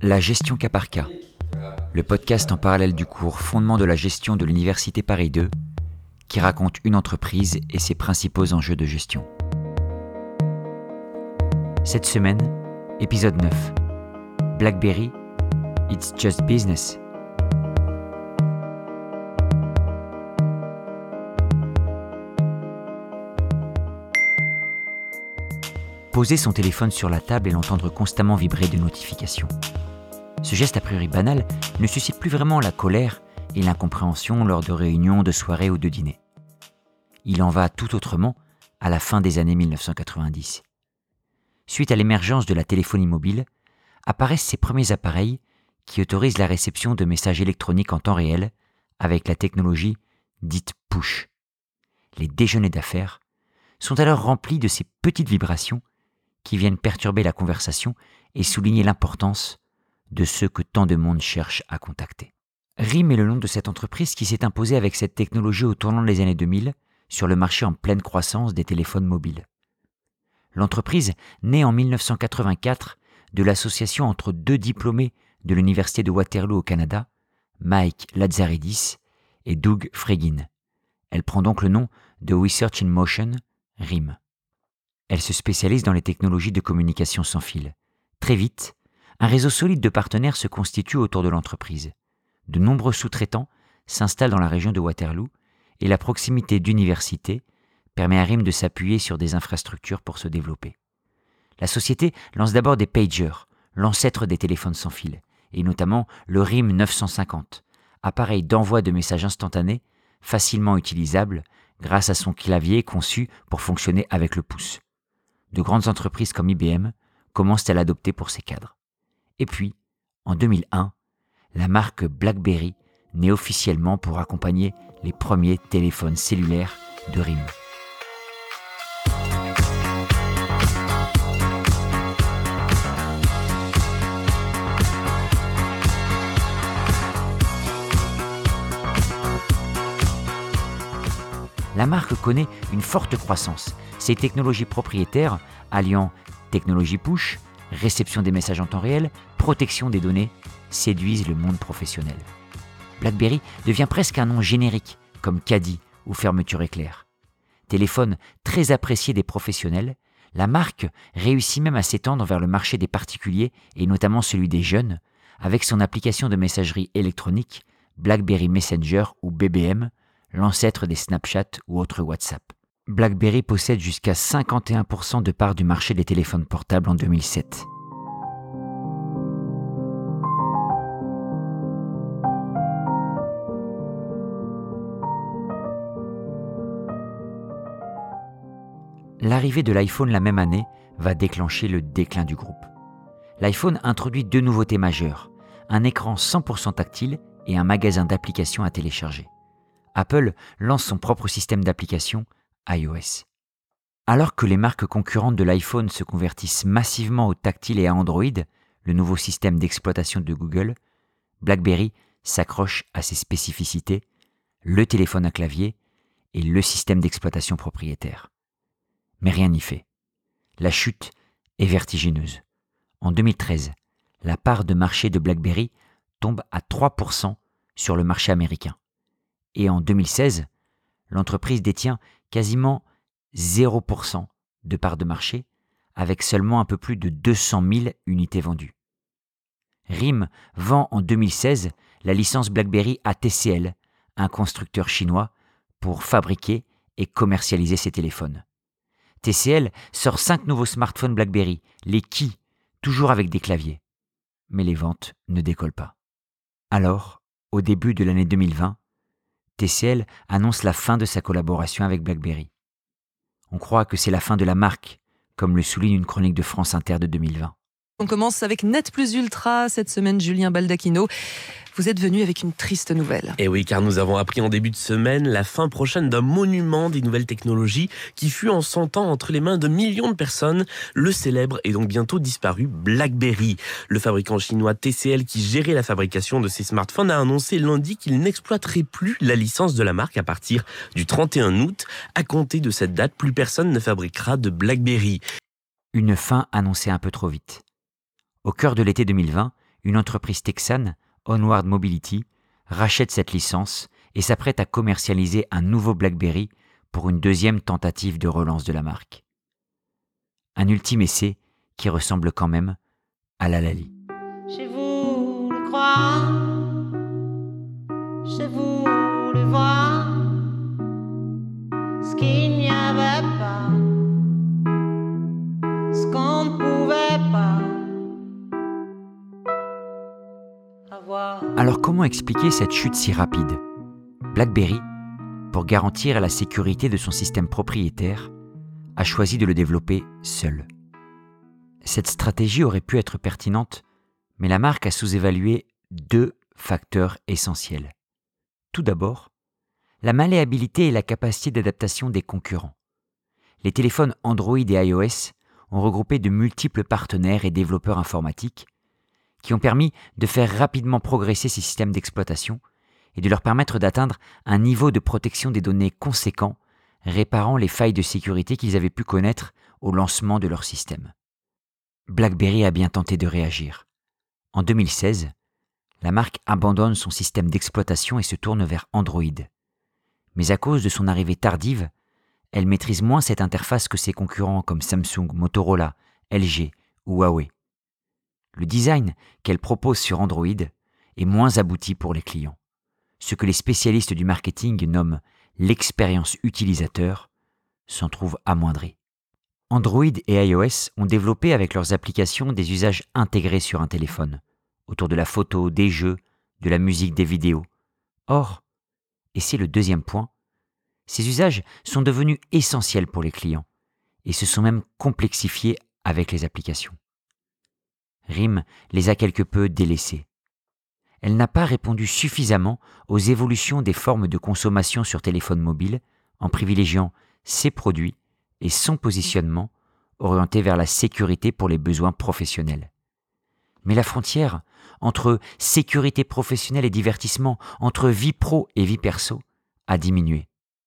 La gestion cas par cas, le podcast en parallèle du cours Fondement de la gestion de l'Université Paris 2, qui raconte une entreprise et ses principaux enjeux de gestion. Cette semaine, épisode 9. BlackBerry, It's Just Business. Poser son téléphone sur la table et l'entendre constamment vibrer de notifications. Ce geste a priori banal ne suscite plus vraiment la colère et l'incompréhension lors de réunions, de soirées ou de dîners. Il en va tout autrement à la fin des années 1990. Suite à l'émergence de la téléphonie mobile, apparaissent ces premiers appareils qui autorisent la réception de messages électroniques en temps réel avec la technologie dite push. Les déjeuners d'affaires sont alors remplis de ces petites vibrations qui viennent perturber la conversation et souligner l'importance de ceux que tant de monde cherche à contacter. RIM est le nom de cette entreprise qui s'est imposée avec cette technologie au tournant des années 2000 sur le marché en pleine croissance des téléphones mobiles. L'entreprise naît en 1984 de l'association entre deux diplômés de l'Université de Waterloo au Canada, Mike Lazaridis et Doug Fregin. Elle prend donc le nom de Research in Motion, RIM. Elle se spécialise dans les technologies de communication sans fil. Très vite, un réseau solide de partenaires se constitue autour de l'entreprise. De nombreux sous-traitants s'installent dans la région de Waterloo et la proximité d'universités permet à RIM de s'appuyer sur des infrastructures pour se développer. La société lance d'abord des pagers, l'ancêtre des téléphones sans fil, et notamment le RIM 950, appareil d'envoi de messages instantanés facilement utilisable grâce à son clavier conçu pour fonctionner avec le pouce. De grandes entreprises comme IBM commencent à l'adopter pour ses cadres. Et puis, en 2001, la marque BlackBerry naît officiellement pour accompagner les premiers téléphones cellulaires de RIM. La marque connaît une forte croissance. Ses technologies propriétaires, alliant technologie push, réception des messages en temps réel, protection des données, séduisent le monde professionnel. BlackBerry devient presque un nom générique, comme caddie ou fermeture éclair. Téléphone très apprécié des professionnels, la marque réussit même à s'étendre vers le marché des particuliers et notamment celui des jeunes, avec son application de messagerie électronique BlackBerry Messenger ou BBM, l'ancêtre des Snapchat ou autres WhatsApp. BlackBerry possède jusqu'à 51% de part du marché des téléphones portables en 2007. L'arrivée de l'iPhone la même année va déclencher le déclin du groupe. L'iPhone introduit deux nouveautés majeures, un écran 100% tactile et un magasin d'applications à télécharger. Apple lance son propre système d'application, iOS. Alors que les marques concurrentes de l'iPhone se convertissent massivement au tactile et à Android, le nouveau système d'exploitation de Google, BlackBerry s'accroche à ses spécificités, le téléphone à clavier et le système d'exploitation propriétaire. Mais rien n'y fait. La chute est vertigineuse. En 2013, la part de marché de BlackBerry tombe à 3% sur le marché américain. Et en 2016, l'entreprise détient quasiment 0% de part de marché, avec seulement un peu plus de 200 000 unités vendues. RIM vend en 2016 la licence BlackBerry à TCL, un constructeur chinois, pour fabriquer et commercialiser ses téléphones. TCL sort 5 nouveaux smartphones BlackBerry, les Key, toujours avec des claviers. Mais les ventes ne décollent pas. Alors, au début de l'année 2020, TCL annonce la fin de sa collaboration avec BlackBerry. On croit que c'est la fin de la marque, comme le souligne une chronique de France Inter de 2020. On commence avec Net Plus Ultra cette semaine, Julien Baldacchino. Vous êtes venu avec une triste nouvelle. Et oui, car nous avons appris en début de semaine la fin prochaine d'un monument des nouvelles technologies qui fut en son temps entre les mains de millions de personnes. Le célèbre et donc bientôt disparu BlackBerry. Le fabricant chinois TCL qui gérait la fabrication de ces smartphones a annoncé lundi qu'il n'exploiterait plus la licence de la marque à partir du 31 août. À compter de cette date, plus personne ne fabriquera de BlackBerry. Une fin annoncée un peu trop vite. Au cœur de l'été 2020, une entreprise texane, Onward Mobility, rachète cette licence et s'apprête à commercialiser un nouveau BlackBerry pour une deuxième tentative de relance de la marque. Un ultime essai qui ressemble quand même à la Lali. J'ai voulu croire, j'ai voulu voir ce qu'il n'y avait pas, ce qu'on ne pouvait pas avoir. Alors comment expliquer cette chute si rapide ? BlackBerry, pour garantir la sécurité de son système propriétaire, a choisi de le développer seul. Cette stratégie aurait pu être pertinente, mais la marque a sous-évalué 2 facteurs essentiels. Tout d'abord, la malléabilité et la capacité d'adaptation des concurrents. Les téléphones Android et iOS ont regroupé de multiples partenaires et développeurs informatiques qui ont permis de faire rapidement progresser ces systèmes d'exploitation et de leur permettre d'atteindre un niveau de protection des données conséquent, réparant les failles de sécurité qu'ils avaient pu connaître au lancement de leur système. BlackBerry a bien tenté de réagir. En 2016, la marque abandonne son système d'exploitation et se tourne vers Android. Mais à cause de son arrivée tardive, elle maîtrise moins cette interface que ses concurrents comme Samsung, Motorola, LG ou Huawei. Le design qu'elle propose sur Android est moins abouti pour les clients, ce que les spécialistes du marketing nomment l'expérience utilisateur s'en trouve amoindrie. Android et iOS ont développé avec leurs applications des usages intégrés sur un téléphone, autour de la photo, des jeux, de la musique, des vidéos. Or, et c'est le deuxième point, ces usages sont devenus essentiels pour les clients et se sont même complexifiés avec les applications. RIM les a quelque peu délaissés. Elle n'a pas répondu suffisamment aux évolutions des formes de consommation sur téléphone mobile en privilégiant ses produits et son positionnement orienté vers la sécurité pour les besoins professionnels. Mais la frontière entre sécurité professionnelle et divertissement, entre vie pro et vie perso, a diminué.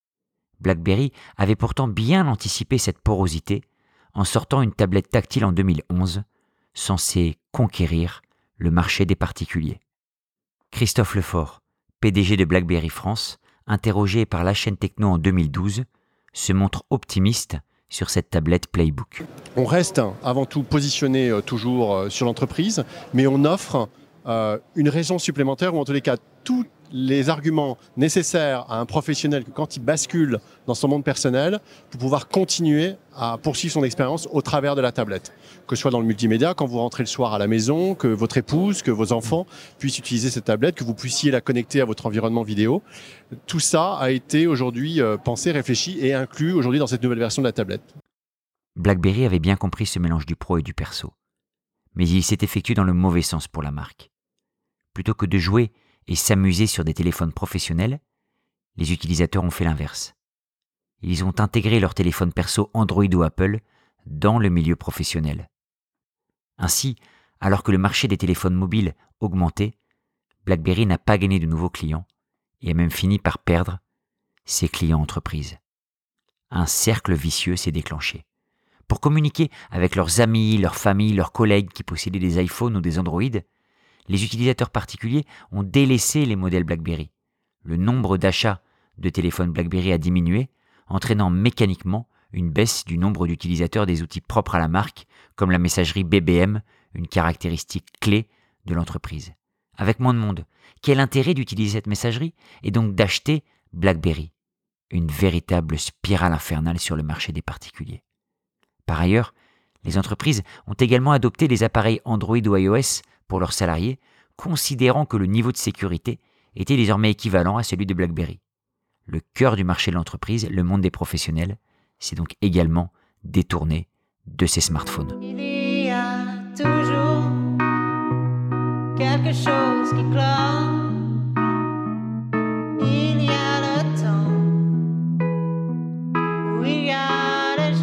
BlackBerry avait pourtant bien anticipé cette porosité en sortant une tablette tactile en 2011, censée conquérir le marché des particuliers. Christophe Lefort, PDG de BlackBerry France, interrogé par la chaîne Techno en 2012, se montre optimiste sur cette tablette Playbook. On reste avant tout positionné toujours sur l'entreprise, mais on offre une raison supplémentaire, ou en tous les cas tous les arguments nécessaires à un professionnel que quand il bascule dans son monde personnel, pour pouvoir continuer à poursuivre son expérience au travers de la tablette. Que ce soit dans le multimédia, quand vous rentrez le soir à la maison, que votre épouse, que vos enfants puissent utiliser cette tablette, que vous puissiez la connecter à votre environnement vidéo. Tout ça a été aujourd'hui pensé, réfléchi et inclus aujourd'hui dans cette nouvelle version de la tablette. BlackBerry avait bien compris ce mélange du pro et du perso. Mais il s'est effectué dans le mauvais sens pour la marque. Plutôt que de jouer et s'amuser sur des téléphones professionnels, les utilisateurs ont fait l'inverse. Ils ont intégré leur téléphone perso Android ou Apple dans le milieu professionnel. Ainsi, alors que le marché des téléphones mobiles augmentait, BlackBerry n'a pas gagné de nouveaux clients et a même fini par perdre ses clients entreprises. Un cercle vicieux s'est déclenché. Pour communiquer avec leurs amis, leurs familles, leurs collègues qui possédaient des iPhones ou des Android, les utilisateurs particuliers ont délaissé les modèles BlackBerry. Le nombre d'achats de téléphones BlackBerry a diminué, entraînant mécaniquement une baisse du nombre d'utilisateurs des outils propres à la marque, comme la messagerie BBM, une caractéristique clé de l'entreprise. Avec moins de monde, quel intérêt d'utiliser cette messagerie et donc d'acheter BlackBerry ? Une véritable spirale infernale sur le marché des particuliers. Par ailleurs, les entreprises ont également adopté les appareils Android ou iOS pour leurs salariés, considérant que le niveau de sécurité était désormais équivalent à celui de BlackBerry. Le cœur du marché de l'entreprise, le monde des professionnels, s'est donc également détourné de ces smartphones. Il y a toujours quelque chose qui cloche. Il y a le temps où il y a les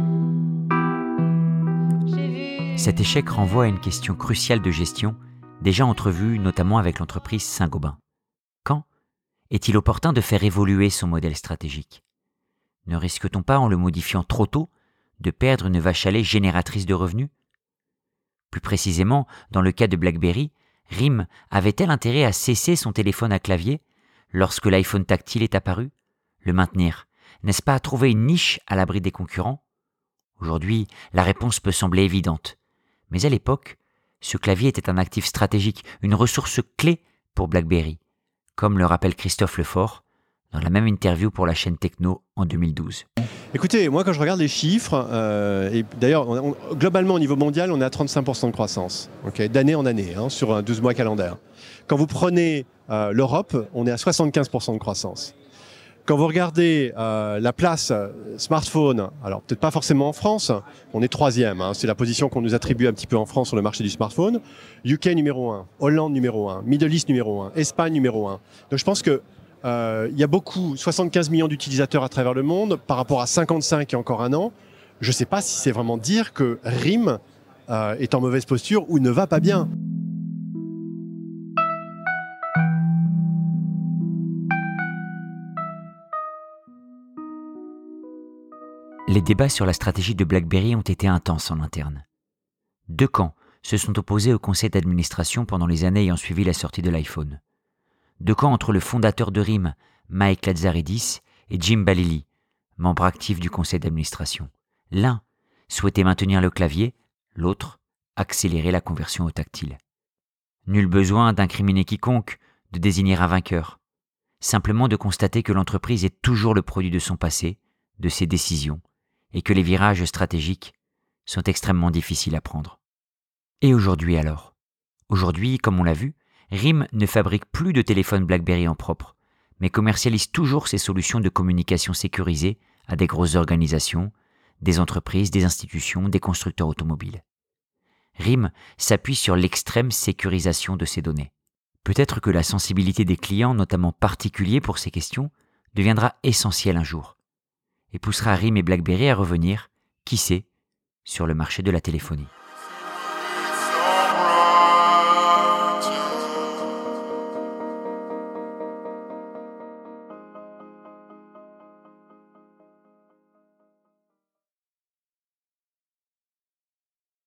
gens. J'ai vu. Cet échec renvoie à une question cruciale de gestion, déjà entrevue notamment avec l'entreprise Saint-Gobain. Quand est-il opportun de faire évoluer son modèle stratégique ? Ne risque-t-on pas, en le modifiant trop tôt, de perdre une vache à lait génératrice de revenus ? Plus précisément, dans le cas de BlackBerry, RIM avait-elle intérêt à cesser son téléphone à clavier lorsque l'iPhone tactile est apparu? Le maintenir, n'est-ce pas à trouver une niche à l'abri des concurrents? Aujourd'hui, la réponse peut sembler évidente. Mais à l'époque, ce clavier était un actif stratégique, une ressource clé pour BlackBerry, comme le rappelle Christophe Lefort dans la même interview pour la chaîne Techno en 2012. Écoutez, moi quand je regarde les chiffres, et d'ailleurs globalement au niveau mondial, on est à 35% de croissance, d'année en année, sur un 12 mois calendaire. Quand vous prenez l'Europe, on est à 75% de croissance. Quand vous regardez la place smartphone, alors peut-être pas forcément en France, on est 3e, c'est la position qu'on nous attribue un petit peu en France sur le marché du smartphone. UK numéro 1, Hollande numéro 1, Middle East numéro 1, Espagne numéro 1. Donc je pense que il y a 75 millions d'utilisateurs à travers le monde par rapport à 55 il y a encore un an. Je ne sais pas si c'est vraiment dire que RIM est en mauvaise posture ou ne va pas bien. Les débats sur la stratégie de BlackBerry ont été intenses en interne. Deux camps se sont opposés au conseil d'administration pendant les années ayant suivi la sortie de l'iPhone. Deux camps entre le fondateur de RIM, Mike Lazaridis, et Jim Balili, membre actif du conseil d'administration. L'un souhaitait maintenir le clavier, l'autre accélérer la conversion au tactile. Nul besoin d'incriminer quiconque, de désigner un vainqueur. Simplement de constater que l'entreprise est toujours le produit de son passé, de ses décisions, et que les virages stratégiques sont extrêmement difficiles à prendre. Et aujourd'hui alors? Aujourd'hui, comme on l'a vu, RIM ne fabrique plus de téléphones BlackBerry en propre, mais commercialise toujours ses solutions de communication sécurisées à des grosses organisations, des entreprises, des institutions, des constructeurs automobiles. RIM s'appuie sur l'extrême sécurisation de ses données. Peut-être que la sensibilité des clients, notamment particuliers pour ces questions, deviendra essentielle un jour, et poussera RIM et BlackBerry à revenir, qui sait, sur le marché de la téléphonie.